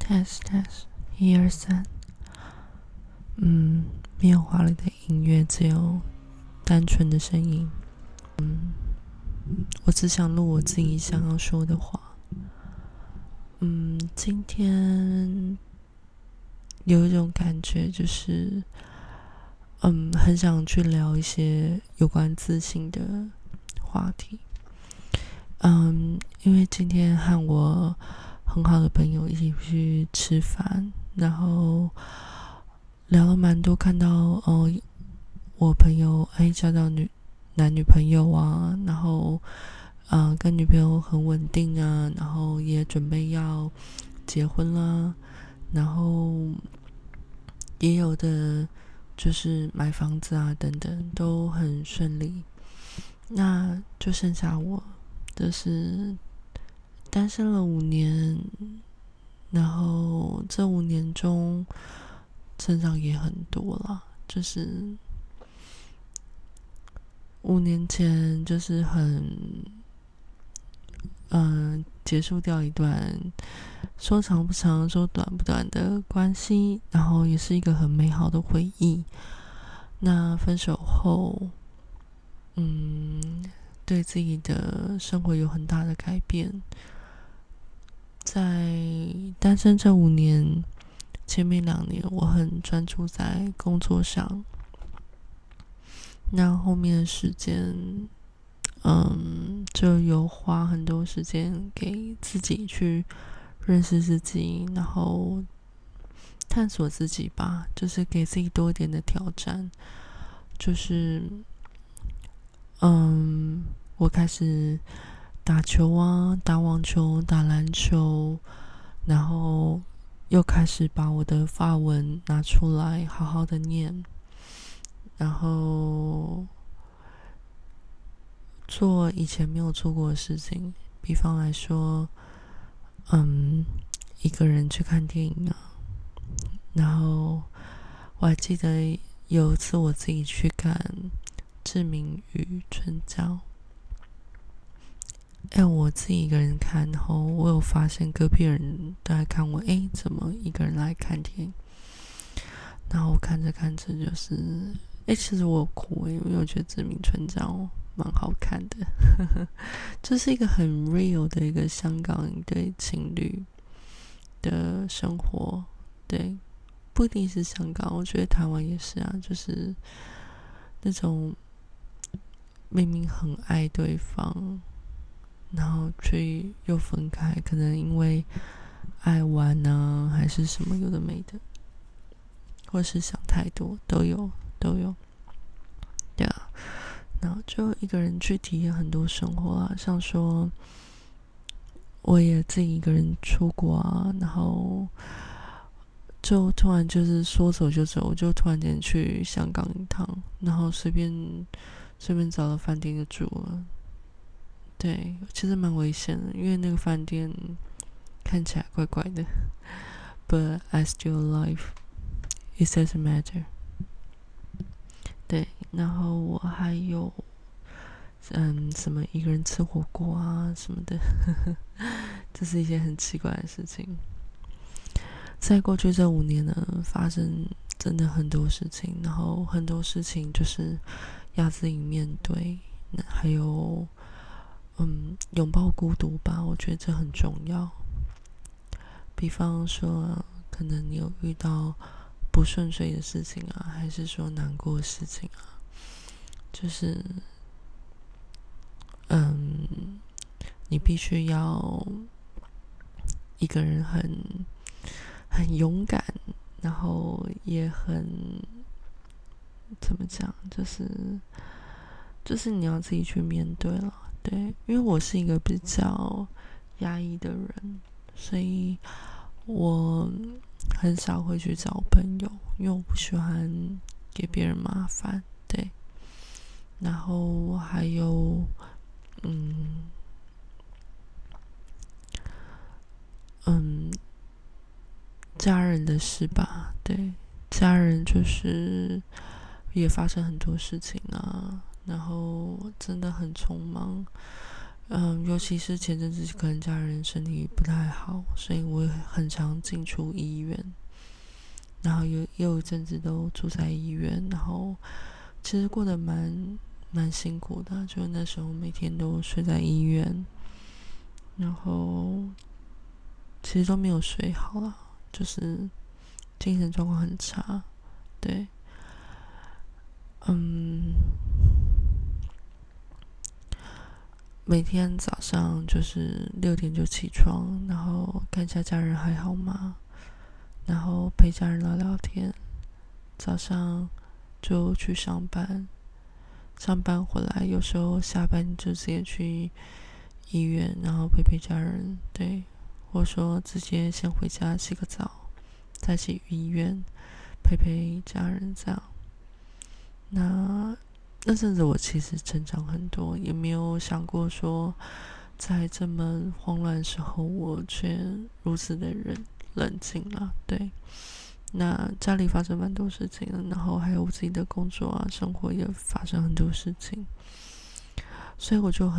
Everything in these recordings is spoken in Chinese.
test test 1 2 3，没有华丽的音乐，只有单纯的声音。我只想录我自己想要说的话。今天有一种感觉，就是很想去聊一些有关自信的话题。因为今天和我很好的朋友一起去吃饭，然后聊了蛮多，看到我朋友交到男女朋友啊，然后跟女朋友很稳定啊，然后也准备要结婚啦，然后也有的就是买房子啊等等都很顺利。那就剩下我，就是单身了5年，然后这5年中成长也很多啦，就是5年前就是结束掉一段说长不长说短不短的关系，然后也是一个很美好的回忆。那分手后对自己的生活有很大的改变。在单身这5年，前面2年我很专注在工作上，那后面的时间就有花很多时间给自己去认识自己，然后探索自己吧，就是给自己多一点的挑战。就是我开始打球啊，打网球，打篮球，然后又开始把我的法文拿出来好好的念，然后做以前没有做过的事情，比方来说一个人去看电影啊，然后我还记得有一次我自己去看志明与春娇。我自己一个人看，然后我有发现隔壁人都在看我，怎么一个人来看电影？然后我看着看着就是，其实我有哭因为我觉得志明春娇蛮好看的，这是一个很 real 的一个香港一对情侣的生活，对，不一定是香港，我觉得台湾也是啊，就是那种明明很爱对方，然后却又分开，可能因为爱玩啊，还是什么有的没的，或是想太多，都有。对啊，然后就一个人去体验很多生活啊，像说我也自己一个人出国啊，然后就突然就是说走就走，就突然间去香港一趟，然后随便找了饭店就住了。对，其实蛮危险的，因为那个饭店看起来怪怪的。But I still alive. It doesn't matter. 对，然后我还有什么一个人吃火锅啊什么的，这是一些很奇怪的事情。在过去这5年呢，发生真的很多事情，然后很多事情就是要自己面对，还有拥抱孤独吧，我觉得这很重要。比方说可能你有遇到不顺遂的事情啊，还是说难过的事情啊，就是你必须要一个人很勇敢，然后也很怎么讲，就是你要自己去面对了。对，因为我是一个比较压抑的人，所以我很少会去找朋友，因为我不喜欢给别人麻烦。对，然后还有家人的事吧。对，家人就是也发生很多事情啊，然后真的很匆忙， 尤其是前阵子可能家人身体不太好，所以我很常进出医院，然后也有一阵子都住在医院，然后其实过得蛮辛苦的，就那时候每天都睡在医院，然后其实都没有睡好啦，就是精神状况很差，对，每天早上就是6点就起床，然后看一下家人还好吗，然后陪家人聊聊天，早上就去上班，上班回来有时候下班就直接去医院，然后陪家人，对，或者说直接先回家洗个澡，再去医院陪家人这样。那阵子我其实成长很多，也没有想过说在这么慌乱的时候我却如此的冷静了，对。那家里发生蛮多事情的，然后还有我自己的工作啊生活也发生很多事情，所以我就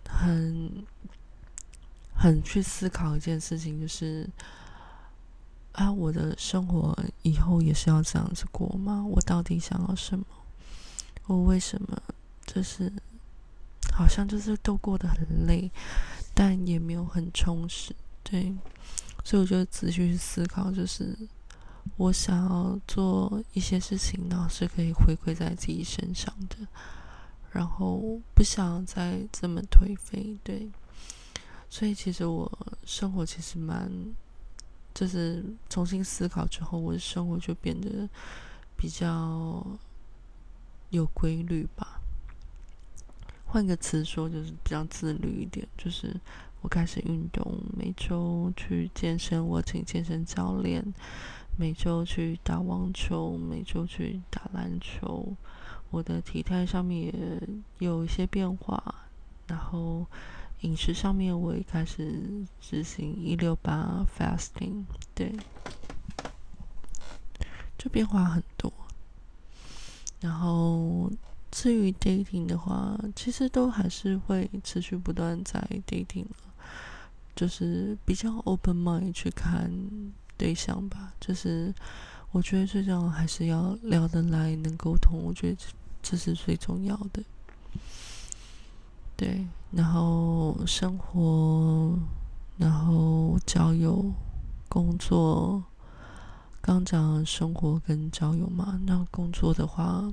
很去思考一件事情，就是我的生活以后也是要这样子过吗？我到底想要什么？我为什么就是好像就是都过得很累，但也没有很充实，对，所以我就仔细去思考，就是我想要做一些事情，然后是可以回馈在自己身上的，然后不想再这么颓废，对，所以其实我生活其实就是重新思考之后，我的生活就变得比较有规律吧。换个词说，就是比较自律一点，就是我开始运动，每周去健身，我请健身教练，每周去打网球，每周去打篮球，我的体态上面也有一些变化，然后饮食上面我也开始执行168 fasting， 对，就变化很多。然后至于 dating 的话，其实都还是会持续不断在 dating， 就是比较 open mind 去看对象吧。就是我觉得最重要还是要聊得来，能沟通，我觉得这是最重要的。对，然后生活，然后交友、工作。刚讲生活跟交友嘛，那工作的话，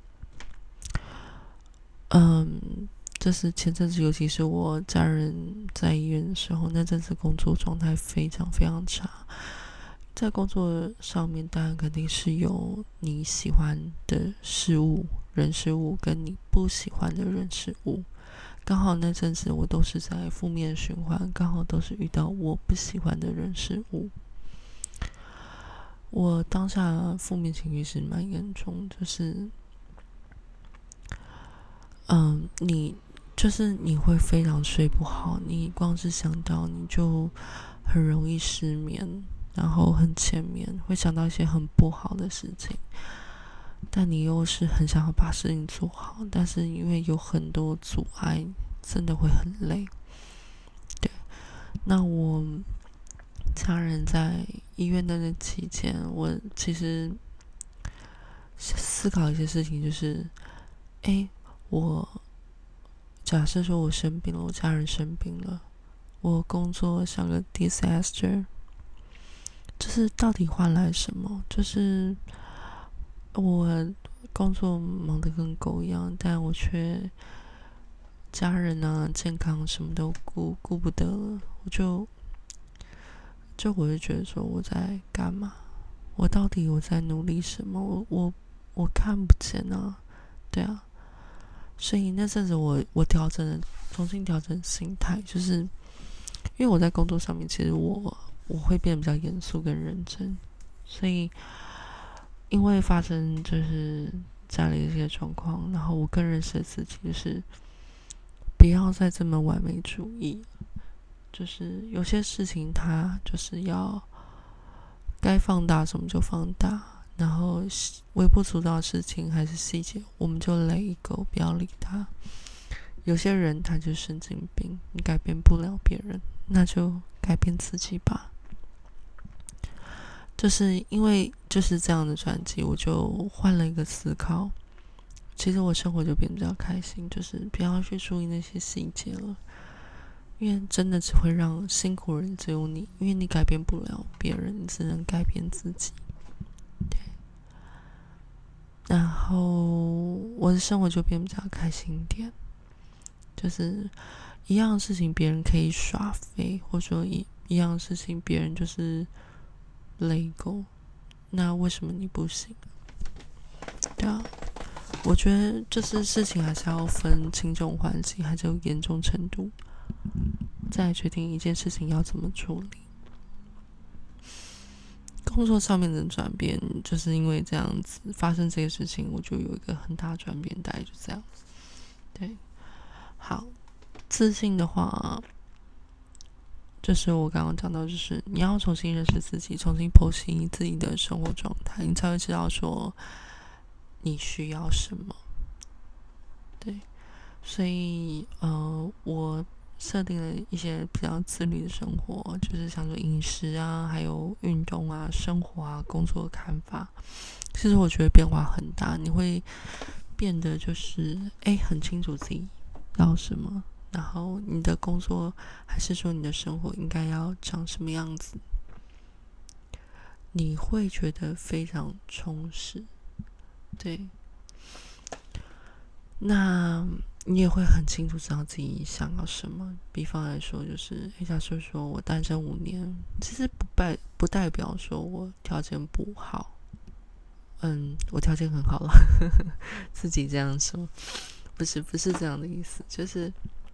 就是前阵子，尤其是我家人在医院的时候，那阵子工作状态非常非常差。在工作上面，当然肯定是有你喜欢的事物、人事物，跟你不喜欢的人事物。刚好那阵子我都是在负面循环，刚好都是遇到我不喜欢的人事物。我当下负面情绪是蛮严重，就是你会非常睡不好，你光是想到你就很容易失眠，然后很浅眠，会想到一些很不好的事情，但你又是很想要把事情做好，但是因为有很多阻碍，真的会很累。对，那我家人在医院的那期间，我其实思考一些事情，就是我假设说我生病了，我家人生病了，我工作像个 disaster， 就是到底换来什么？就是我工作忙得跟狗一样，但我却家人啊、健康什么都顾不得了，我就觉得说我在干嘛？我到底在努力什么？我看不见啊，对啊。所以那阵子我重新调整心态，就是因为我在工作上面，其实我会变得比较严肃跟认真，所以因为发生就是家里的一些状况，然后我更认识自己，就是不要再这么完美主义，就是有些事情它就是要该放大什么就放大，然后微不足道的事情还是细节，我们就let it go，不要理它。 有些人他就神经病，你改变不了别人，那就改变自己吧。就是因为就是这样的转机，我就换了一个思考。其实我生活就变得比较开心，就是不要去注意那些细节了，因为真的只会让辛苦人只有你，因为你改变不了别人，你只能改变自己。对，然后我的生活就变得比较开心一点，就是一样的事情别人可以耍废，或者说一样的事情别人就是累够，那为什么你不行？对啊，我觉得就是事情还是要分轻重缓急，还是有严重程度，再来决定一件事情要怎么处理。工作上面的转变，就是因为这样子发生这个事情，我就有一个很大的转变，大概就这样子。对，好，自信的话，就是我刚刚讲到，就是你要重新认识自己，重新剖析自己的生活状态，你才会知道说你需要什么。对，所以我设定了一些比较自律的生活，就是像说饮食啊，还有运动啊、生活啊、工作的看法。其实我觉得变化很大，你会变得就是很清楚自己要什么，然后你的工作还是说你的生活应该要长什么样子，你会觉得非常充实。对，那你也会很清楚知道自己想要什么。比方来说，就是假设说我单身5年，其实不代表说我条件不好。我条件很好了，自己这样说，不是这样的意思，就是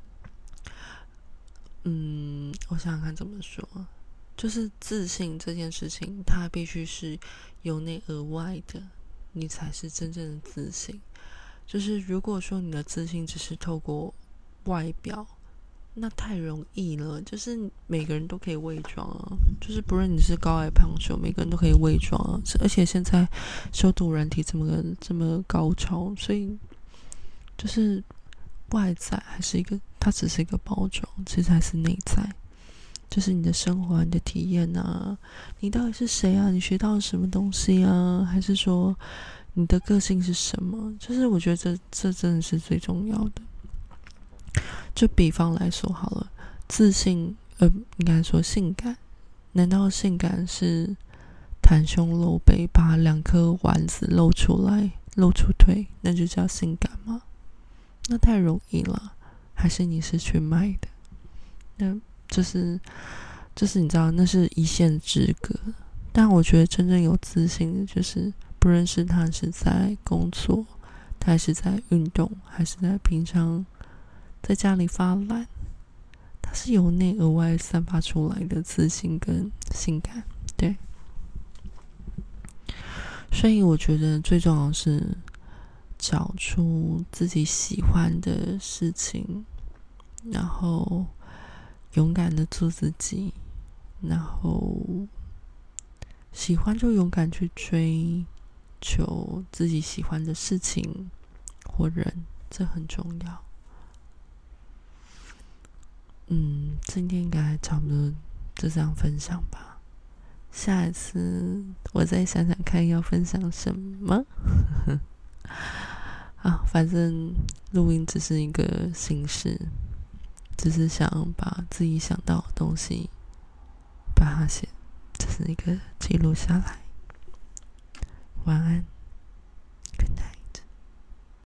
我想想看怎么说，就是自信这件事情，它必须是由内而外的，你才是真正的自信。就是如果说你的自信只是透过外表，那太容易了，就是每个人都可以伪装啊，就是不论你是高矮胖瘦，每个人都可以伪装啊。而且现在修图软体这么高超，所以就是外在还是它只是一个包装，其实还是内在，就是你的生活、你的体验啊，你到底是谁啊？你学到了什么东西啊？还是说你的个性是什么？就是我觉得这真的是最重要的。就比方来说好了，自信，应该说性感，难道性感是袒胸露背，把2颗丸子露出来，露出腿，那就叫性感吗？那太容易了。还是你是去卖的？那就是你知道，那是一线之隔。但我觉得真正有自信的，就是不论是他是在工作，他还是在运动，还是在平常在家里发懒，它是由内而外散发出来的自信跟性感。对，所以我觉得最重要的是找出自己喜欢的事情，然后勇敢的做自己，然后喜欢就勇敢去追求自己喜欢的事情或人，这很重要。今天应该差不多就这样分享吧。下一次我再想想看要分享什么。反正录音只是一个形式，只是想把自己想到的东西把它只是一个记录下来。晚安。